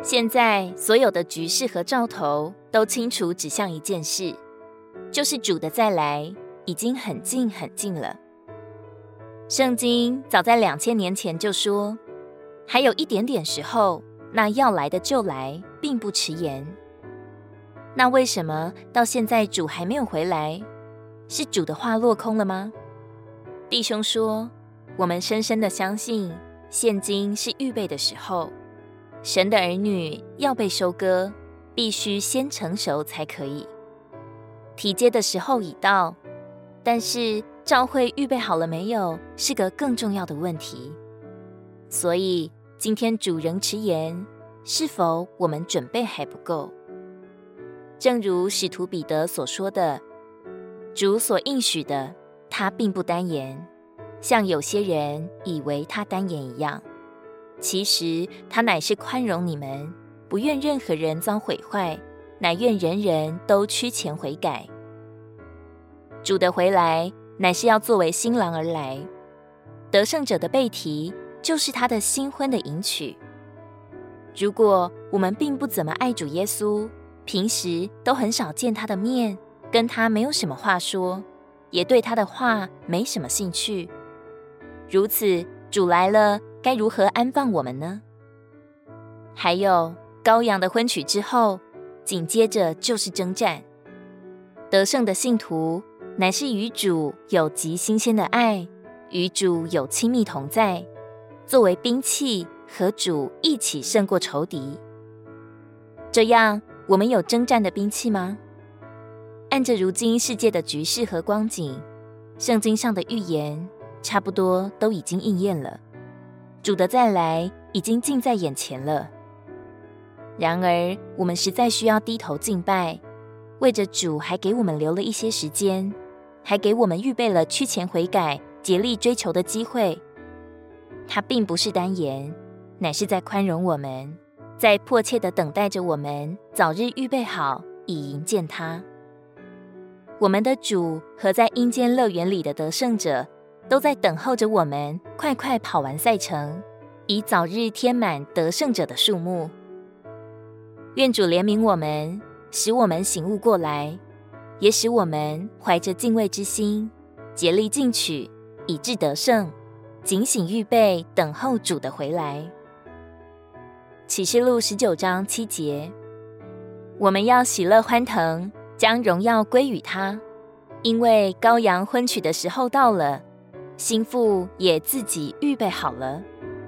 现在所有的局势和兆头都清楚指向一件事，就是主的再来已经很近很近了。圣经早在2000年前就说，还有一点点时候，那要来的就来，并不迟延。那为什么到现在主还没有回来？是主的话落空了吗？弟兄说，我们深深的相信，现今是预备的时候，神的儿女要被收割，必须先成熟才可以。提接的时候已到，但是教会预备好了没有，是个更重要的问题。所以今天主仍迟延，是否我们准备还不够？正如使徒彼得所说的，主所应许的，他并不单言，像有些人以为他单言一样。其实他乃是宽容你们，不愿任何人遭毁坏，乃愿人人都趋前悔改。主的回来乃是要作为新郎而来，得胜者的被提就是他的新婚的迎娶。如果我们并不怎么爱主耶稣，平时都很少见他的面，跟他没有什么话说，也对他的话没什么兴趣，如此主来了，该如何安放我们呢？还有羔羊的婚娶之后，紧接着就是征战。得胜的信徒乃是与主有极新鲜的爱，与主有亲密同在，作为兵器和主一起胜过仇敌。这样我们有征战的兵器吗？按着如今世界的局势和光景，圣经上的预言差不多都已经应验了，主的再来已经近在眼前了。然而我们实在需要低头敬拜，为着主还给我们留了一些时间，还给我们预备了趋前悔改、竭力追求的机会。他并不是单言，乃是在宽容我们，在迫切地等待着我们早日预备好，以迎见他。我们的主和在阴间乐园里的得胜者，都在等候着我们快快跑完赛程，以早日填满得胜者的数目。愿主怜悯我们，使我们醒悟过来，也使我们怀着敬畏之心，竭力进取，以致得胜，警醒预备，等候主的回来。启示录19章7节，我们要喜乐欢腾，将荣耀归于他，因为羔羊婚娶的时候到了，新妇也自己预备好了。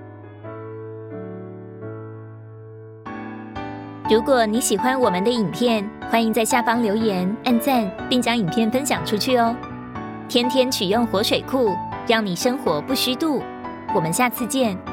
如果你喜欢我们的影片，欢迎在下方留言、按赞，并将影片分享出去哦。天天取用活水库，让你生活不虚度。我们下次见。